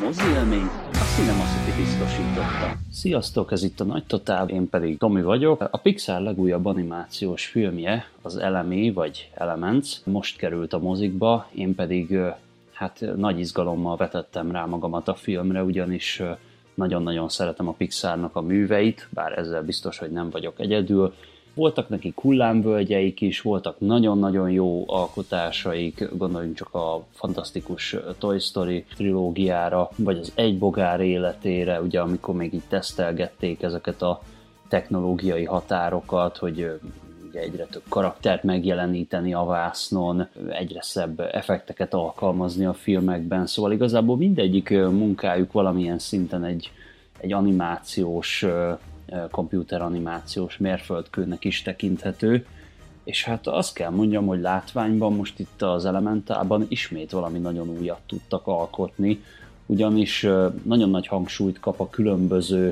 mozi élményt a Cinema City biztosította. Sziasztok, ez itt a Nagy Totál, én pedig Tomi vagyok. A Pixar legújabb animációs filmje, az Elemi vagy Elements most került a mozikba, én pedig nagy izgalommal vetettem rá magamat a filmre, ugyanis nagyon-nagyon szeretem a Pixarnak a műveit, bár ezzel biztos, hogy nem vagyok egyedül. Voltak neki hullámvölgyeik is, voltak nagyon-nagyon jó alkotásaik, gondoljunk csak a fantasztikus Toy Story trilógiára, vagy az Egy bogár életére, ugye amikor még így tesztelgették ezeket a technológiai határokat, hogy ugye egyre több karaktert megjeleníteni a vásznon, egyre szebb effekteket alkalmazni a filmekben, szóval igazából mindegyik munkájuk valamilyen szinten egy animációs, komputeranimációs mérföldkőnek is tekinthető, és hát azt kell mondjam, hogy látványban most itt az Elementálban ismét valami nagyon újat tudtak alkotni, ugyanis nagyon nagy hangsúlyt kap a különböző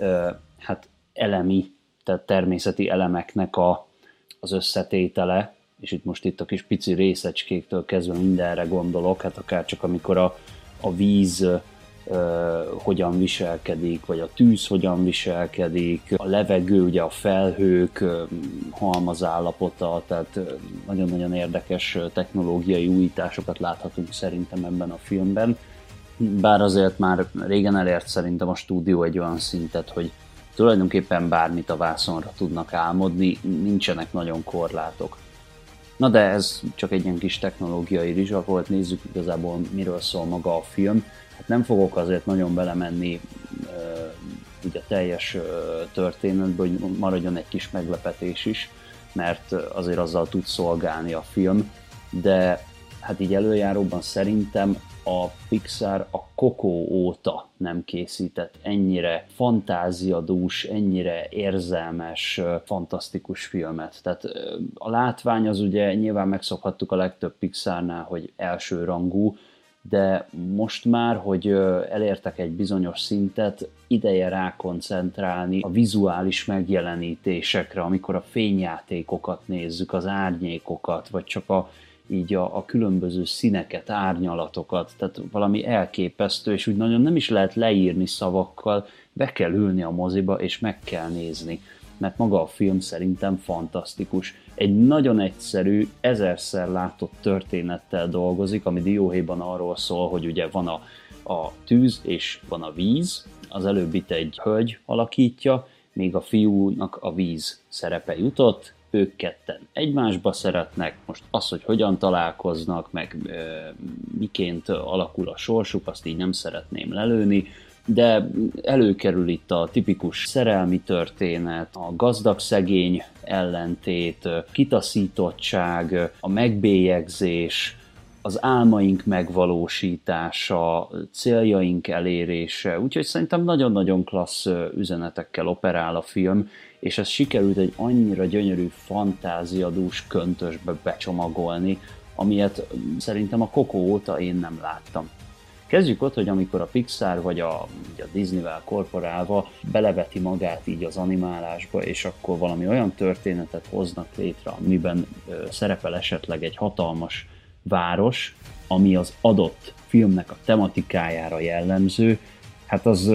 elemi, tehát természeti elemeknek az összetétele, és itt a kis pici részecskéktől kezdve mindenre gondolok, hát akár csak amikor a víz hogyan viselkedik, vagy a tűz hogyan viselkedik, a levegő, ugye a felhők halmazállapota, tehát nagyon-nagyon érdekes technológiai újításokat láthatunk szerintem ebben a filmben. Bár azért már régen elért szerintem a stúdió egy olyan szintet, hogy tulajdonképpen bármit a vászonra tudnak álmodni, nincsenek nagyon korlátok. Na de ez csak egy ilyen kis technológiai rizsa volt, nézzük igazából miről szól maga a film. Hát nem fogok azért nagyon belemenni ugye a teljes történetbe, hogy maradjon egy kis meglepetés is, mert azért azzal tud szolgálni a film, de hát így előjáróban szerintem a Pixar a Coco óta nem készített ennyire fantáziadús, ennyire érzelmes, fantasztikus filmet. Tehát a látvány az ugye nyilván megszokhattuk a legtöbb Pixarnál, hogy elsőrangú, de most már, hogy elértek egy bizonyos szintet, ideje rákoncentrálni a vizuális megjelenítésekre, amikor a fényjátékokat nézzük, az árnyékokat, vagy csak a különböző színeket, árnyalatokat, tehát valami elképesztő, és úgy nagyon nem is lehet leírni szavakkal, be kell ülni a moziba, és meg kell nézni, mert maga a film szerintem fantasztikus. Egy nagyon egyszerű, ezerszer látott történettel dolgozik, ami dióhéjban arról szól, hogy ugye van a tűz és van a víz, az előbbit egy hölgy alakítja, még a fiúnak a víz szerepe jutott, ők ketten egymásba szeretnek, most az, hogy hogyan találkoznak, meg miként alakul a sorsuk, azt így nem szeretném lelőni, de előkerül itt a tipikus szerelmi történet, a gazdag-szegény ellentét, kitaszítottság, a megbélyegzés, az álmaink megvalósítása, céljaink elérése, úgyhogy szerintem nagyon-nagyon klassz üzenetekkel operál a film, és ez sikerült egy annyira gyönyörű, fantáziadús köntösbe becsomagolni, amilyet szerintem a Coco óta én nem láttam. Kezdjük ott, hogy amikor a Pixar vagy a Disney-vel korporálva beleveti magát így az animálásba, és akkor valami olyan történetet hoznak létre, amiben szerepel esetleg egy hatalmas város, ami az adott filmnek a tematikájára jellemző, hát az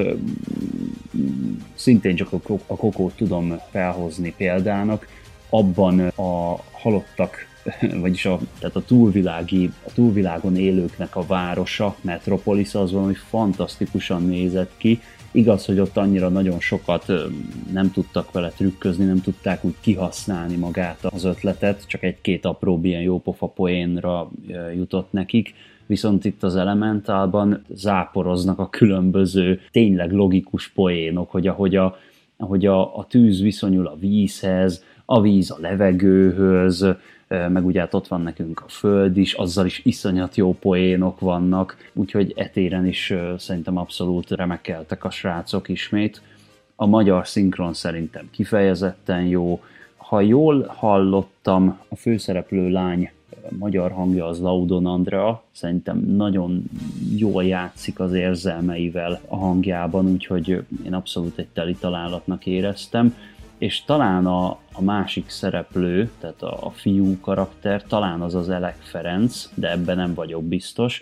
szintén csak a Coco-t tudom felhozni példának, abban a halottak, vagyis tehát a túlvilágon élőknek a városa, Metropolis, az valami fantasztikusan nézett ki. Igaz, hogy ott annyira nagyon sokat nem tudtak vele trükközni, nem tudták úgy kihasználni magát az ötletet, csak egy-két apróbb ilyen jópofa poénra jutott nekik, viszont itt az Elementálban záporoznak a különböző tényleg logikus poénok, hogy ahogy a tűz viszonyul a vízhez, a víz a levegőhöz, meg ugye hát ott van nekünk a föld is, azzal is iszonyat jó poénok vannak, úgyhogy etéren is szerintem abszolút remekeltek a srácok ismét. A magyar szinkron szerintem kifejezetten jó. Ha jól hallottam, a főszereplő lány magyar hangja az Laudon Andrea, szerintem nagyon jól játszik az érzelmeivel a hangjában, úgyhogy én abszolút egy teli találatnak éreztem. És talán a másik szereplő, tehát a fiú karakter, talán az Elek Ferenc, de ebben nem vagyok biztos.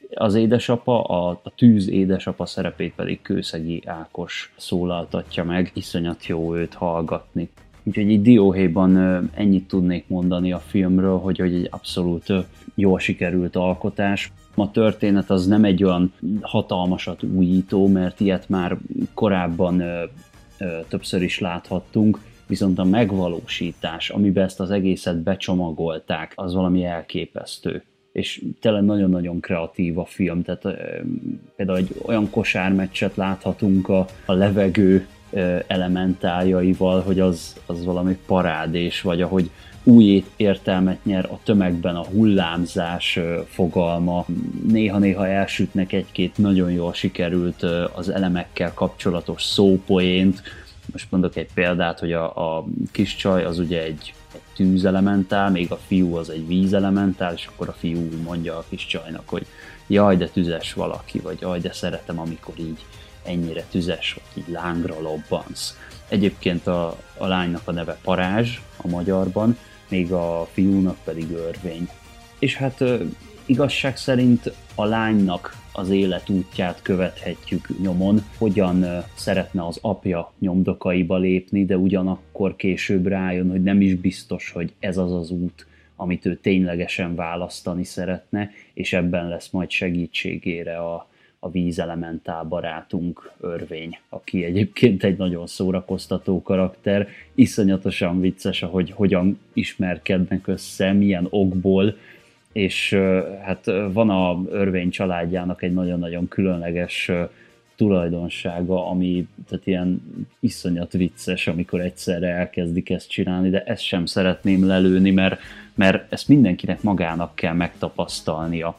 az édesapa, a tűz édesapa szerepét pedig Kőszegi Ákos szólaltatja meg, iszonyat jó őt hallgatni. Úgyhogy így dióhéjban ennyit tudnék mondani a filmről, hogy egy abszolút jól sikerült alkotás. A történet az nem egy olyan hatalmasat újító, mert ilyet már korábban többször is láthattunk, viszont a megvalósítás, amiben ezt az egészet becsomagolták, az valami elképesztő. És tényleg nagyon-nagyon kreatív a film, tehát például egy olyan kosármeccset láthatunk a levegő elementáljaival, hogy az valami parádés, vagy ahogy új értelmet nyer a tömegben a hullámzás fogalma. Néha-néha elsütnek egy-két nagyon jól sikerült az elemekkel kapcsolatos szópoént. Most mondok egy példát, hogy a kis csaj az ugye egy tűzelementál, még a fiú az egy vízelementál, és akkor a fiú mondja a kis csajnak, hogy jaj, de tüzes valaki, vagy jaj, de szeretem, amikor így ennyire tüzes, vagy így lángra lobbansz. Egyébként a lánynak a neve Parázs a magyarban, még a fiúnak pedig Örvény. És hát igazság szerint a lánynak az életútját követhetjük nyomon, hogyan szeretne az apja nyomdokaiba lépni, de ugyanakkor később rájön, hogy nem is biztos, hogy ez az az út, amit ő ténylegesen választani szeretne, és ebben lesz majd segítségére a vízelementál barátunk Örvény, aki egyébként egy nagyon szórakoztató karakter, iszonyatosan vicces, ahogy hogyan ismerkednek össze, milyen okból, és hát van a Örvény családjának egy nagyon-nagyon különleges tulajdonsága, ami tehát ilyen iszonyat vicces, amikor egyszerre elkezdik ezt csinálni, de ezt sem szeretném lelőni, mert ezt mindenkinek magának kell megtapasztalnia.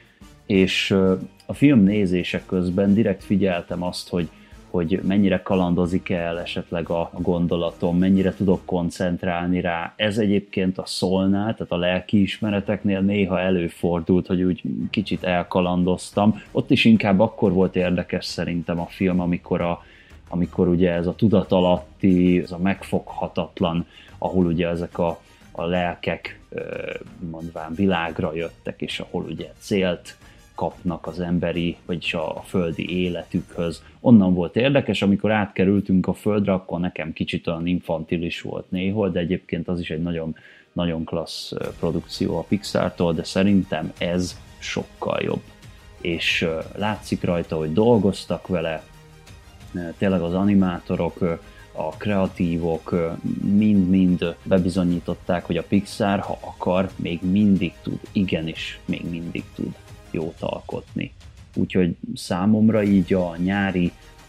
És a film nézése közben direkt figyeltem azt, hogy mennyire kalandozik el esetleg a gondolatom, mennyire tudok koncentrálni rá. Ez egyébként a Soulnál, tehát a lelkiismereteknél néha előfordult, hogy úgy kicsit elkalandoztam. Ott is inkább akkor volt érdekes szerintem a film, amikor ugye ez a tudatalatti, ez a megfoghatatlan, ahol ugye ezek a lelkek mondván világra jöttek, és ahol ugye célt kapnak az emberi, vagyis a földi életükhöz. Onnan volt érdekes, amikor átkerültünk a földre, akkor nekem kicsit olyan infantilis volt néhol, de egyébként az is egy nagyon, nagyon klassz produkció a Pixartól, de szerintem ez sokkal jobb. És látszik rajta, hogy dolgoztak vele, tényleg az animátorok, a kreatívok mind-mind bebizonyították, hogy a Pixar, ha akar, még mindig tud, igenis, még mindig tud jót alkotni. Úgyhogy számomra így a nyári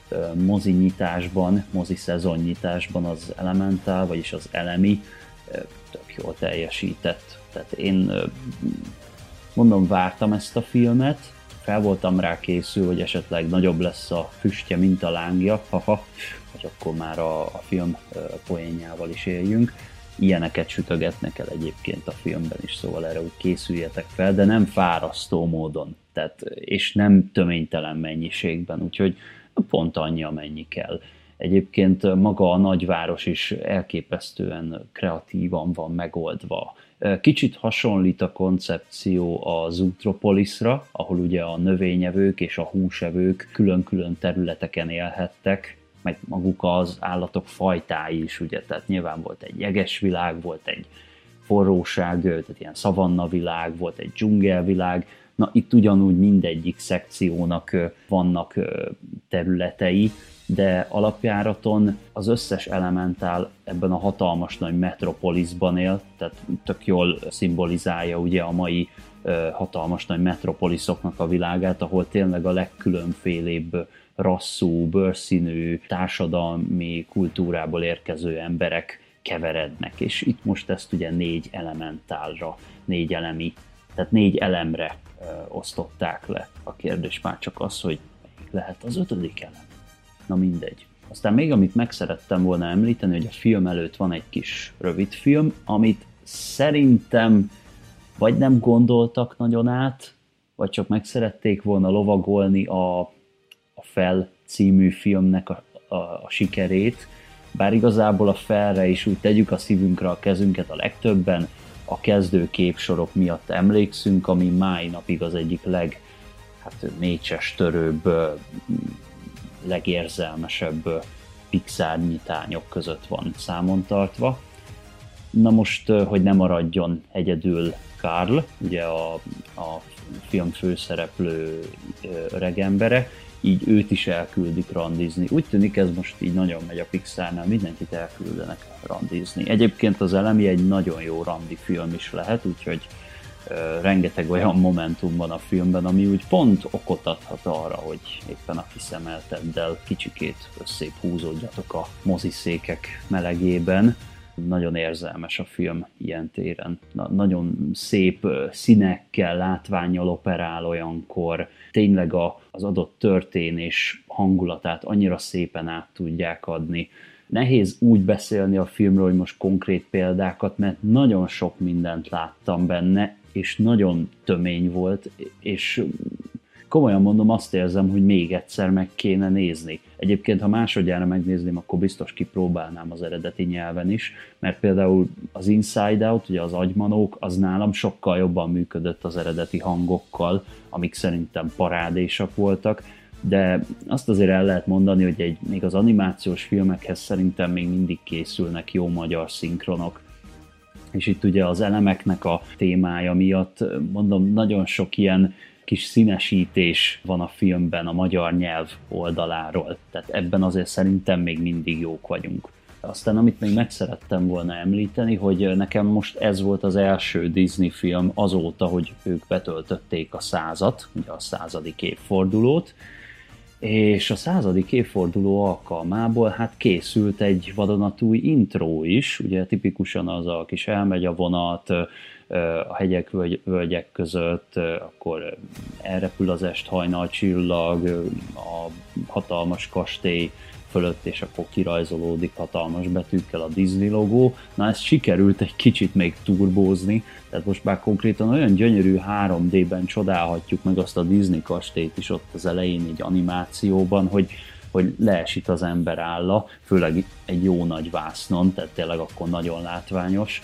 mozi szezonnyitásban az Elemental, vagyis az Elemi tök jól teljesített. Tehát én mondom, vártam ezt a filmet, fel voltam rá készül, hogy esetleg nagyobb lesz a füstje, mint a lángja, vagy akkor már a film poénjával is éljünk. Ilyeneket sütögetnek el egyébként a filmben is, szóval erre úgy készüljetek fel, de nem fárasztó módon, tehát, és nem töménytelen mennyiségben, úgyhogy pont annyi, amennyi kell. Egyébként maga a nagyváros is elképesztően kreatívan van megoldva. Kicsit hasonlít a koncepció a Zootropolisra, ahol ugye a növényevők és a húsevők külön-külön területeken élhettek, meg maguk az állatok fajtái is, ugye, tehát nyilván volt egy jegesvilág, volt egy forróság, tehát ilyen szavannavilág, volt egy dzsungelvilág, na itt ugyanúgy mindegyik szekciónak vannak területei, de alapjáraton az összes elementál ebben a hatalmas nagy metropoliszban él, tehát tök jól szimbolizálja ugye a mai hatalmas nagy metropoliszoknak a világát, ahol tényleg a legkülönfélébb rasszú, bőrszínű, társadalmi kultúrából érkező emberek keverednek, és itt most ezt ugye 4 elementálra, 4 elemi, tehát 4 elemre osztották le. A kérdés már csak az, hogy melyik lehet az 5. elem. Na mindegy. Aztán még amit meg szerettem volna említeni, hogy a film előtt van egy kis rövidfilm, amit szerintem vagy nem gondoltak nagyon át, vagy csak meg szerették volna lovagolni a Fel című filmnek a sikerét, bár igazából a Felre is úgy tegyük a szívünkre a kezünket, a legtöbben a kezdő képsorok miatt emlékszünk, ami mai napig az egyik hát mécses, törőbb, legérzelmesebb Pixar nyitányok között van számon tartva. Na most, hogy ne maradjon egyedül Carl, ugye a film főszereplő öregembere, így őt is elküldik randizni. Úgy tűnik, ez most így nagyon megy a Pixarnál, mindenkit elküldenek randizni. Egyébként az Elemi egy nagyon jó randi film is lehet, úgyhogy rengeteg olyan momentum van a filmben, ami úgy pont okot adhat arra, hogy éppen a kiszemelteddel kicsikét összép húzódjatok a moziszékek melegében. Nagyon érzelmes a film ilyen téren. Nagyon szép színekkel, látvánnyal operál olyankor. Tényleg az adott történés hangulatát annyira szépen át tudják adni. Nehéz úgy beszélni a filmről, hogy most konkrét példákat, mert nagyon sok mindent láttam benne, és nagyon tömény volt, és komolyan mondom, azt érzem, hogy még egyszer meg kéne nézni. Egyébként, ha másodjára megnézném, akkor biztos kipróbálnám az eredeti nyelven is, mert például az Inside Out, ugye az Agymanók, az nálam sokkal jobban működött az eredeti hangokkal, amik szerintem parádésak voltak, de azt azért el lehet mondani, hogy még az animációs filmekhez szerintem még mindig készülnek jó magyar szinkronok. És itt ugye az elemeknek a témája miatt, mondom, nagyon sok ilyen kis színesítés van a filmben a magyar nyelv oldaláról. Tehát ebben azért szerintem még mindig jók vagyunk. Aztán amit még meg szerettem volna említeni, hogy nekem most ez volt az első Disney film azóta, hogy ők betöltötték a 100-at, ugye a 100. évfordulót, és a 100. évforduló alkalmából hát készült egy vadonatúj intro is, ugye tipikusan az a kis elmegy a vonat a hegyek, völgyek között, akkor elrepül az est, hajnal csillag, a hatalmas kastély fölött, és akkor kirajzolódik hatalmas betűkkel a Disney logó. Na, ezt sikerült egy kicsit még turbózni, tehát most már konkrétan olyan gyönyörű 3D-ben csodálhatjuk meg azt a Disney kastélyt is ott az elején egy animációban, hogy leesik az ember álla, főleg egy jó nagy vásznon, tehát tényleg akkor nagyon látványos,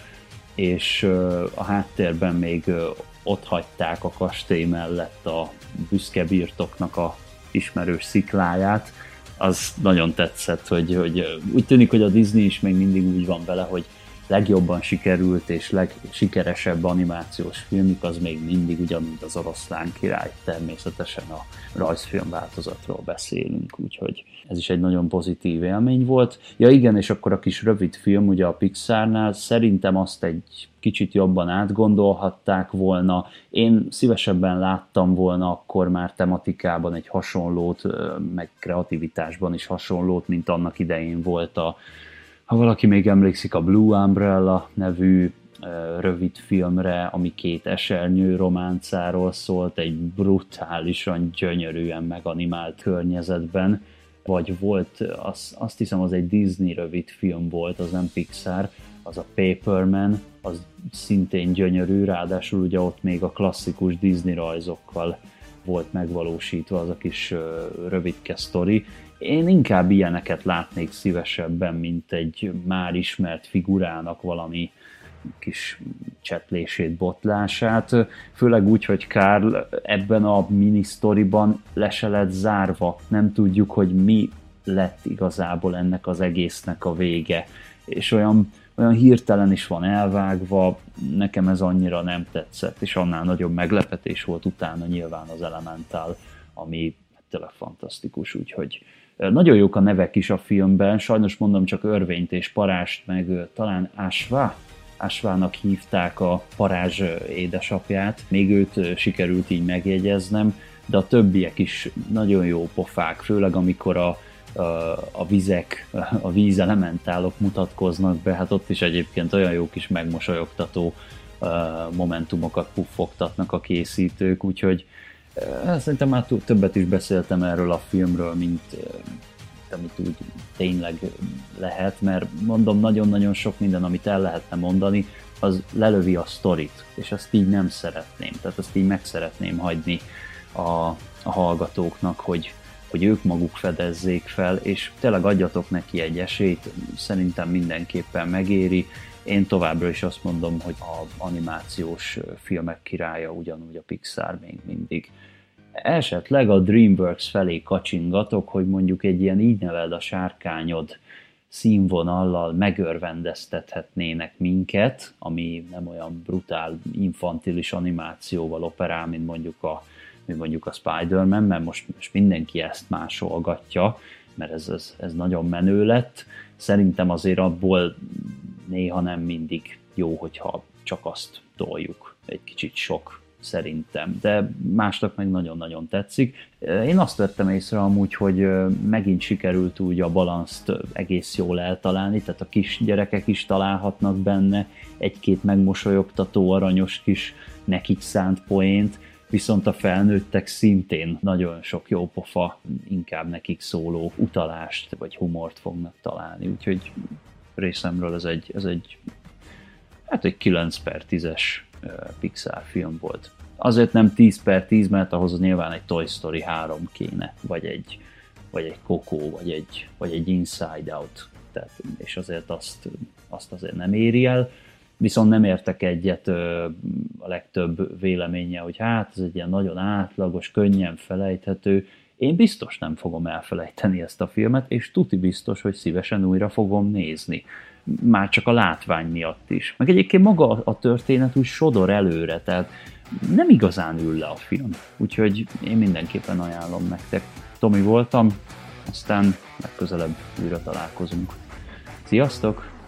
és a háttérben még ott hagyták a kastély mellett a büszke birtoknak a ismerős szikláját. Az nagyon tetszett, hogy úgy tűnik, hogy a Disney is még mindig úgy van vele, hogy legjobban sikerült és legsikeresebb animációs filmük az még mindig ugyanúgy az Oroszlán király. Természetesen a rajzfilm változatról beszélünk, úgyhogy ez is egy nagyon pozitív élmény volt. Ja igen, és akkor a kis rövid film ugye a Pixarnál, szerintem azt egy kicsit jobban átgondolhatták volna. Én szívesebben láttam volna akkor már tematikában egy hasonlót, meg kreativitásban is hasonlót, mint annak idején volt ha valaki még emlékszik, a Blue Umbrella nevű rövid filmre, ami két esernyő románcáról szólt, egy brutálisan gyönyörűen meganimált környezetben, vagy volt, azt hiszem az egy Disney rövid film volt, az nem Pixar, az a Paperman, az szintén gyönyörű, ráadásul ugye ott még a klasszikus Disney rajzokkal volt megvalósítva az a kis rövidke sztori. Én inkább ilyeneket látnék szívesebben, mint egy már ismert figurának valami kis csetlését, botlását. Főleg úgy, hogy Carl ebben a mini-sztoriban le se lett zárva. Nem tudjuk, hogy mi lett igazából ennek az egésznek a vége. És olyan hirtelen is van elvágva, nekem ez annyira nem tetszett, és annál nagyobb meglepetés volt utána nyilván az Elemental, ami tényleg fantasztikus, úgyhogy nagyon jók a nevek is a filmben, sajnos mondom csak Örvényt és Parást, meg talán Ásvának hívták a Parázs édesapját, még őt sikerült így megjegyeznem, de a többiek is nagyon jó pofák, főleg amikor a vizek, a vízelementálok mutatkoznak be, hát ott is egyébként olyan jó kis megmosolyogtató momentumokat puffogtatnak a készítők, úgyhogy szerintem már többet is beszéltem erről a filmről, mint amit úgy tényleg lehet, mert mondom, nagyon-nagyon sok minden, amit el lehetne mondani, az lelövi a sztorit, és ezt így nem szeretném, tehát ezt így meg szeretném hagyni a hallgatóknak, hogy ők maguk fedezzék fel, és tényleg adjatok neki egy esélyt, szerintem mindenképpen megéri. Én továbbra is azt mondom, hogy az animációs filmek királya ugyanúgy a Pixar még mindig. esetleg a DreamWorks felé kacsingatok, hogy mondjuk egy ilyen Így neveld a sárkányod színvonallal megörvendeztethetnének minket, ami nem olyan brutál, infantilis animációval operál, mint mondjuk a Spider-Man, mert most mindenki ezt másolgatja, mert ez nagyon menő lett. Szerintem azért abból néha nem mindig jó, hogyha csak azt toljuk. Egy kicsit sok szerintem, de másnak meg nagyon-nagyon tetszik. Én azt vettem észre amúgy, hogy megint sikerült úgy a balanszt egész jól eltalálni, tehát a kis gyerekek is találhatnak benne egy-két megmosolyogtató, aranyos kis nekik szánt poént, viszont a felnőttek szintén nagyon sok jópofa, inkább nekik szóló utalást vagy humort fognak találni, úgyhogy részemről ez egy 9/10-es Pixar film volt. Azért nem 10/10, mert ahhoz nyilván egy Toy Story 3 kéne, vagy egy Coco, vagy egy Inside Out, tehát, és azért azt azért nem éri el. Viszont nem értek egyet a legtöbb véleménye, hogy hát ez egy ilyen nagyon átlagos, könnyen felejthető. Én biztos nem fogom elfelejteni ezt a filmet, és tuti biztos, hogy szívesen újra fogom nézni. Már csak a látvány miatt is. Meg egyébként maga a történet úgy sodor előre, tehát nem igazán ül le a film. Úgyhogy én mindenképpen ajánlom nektek. Tomi voltam, aztán legközelebb újra találkozunk. Sziasztok!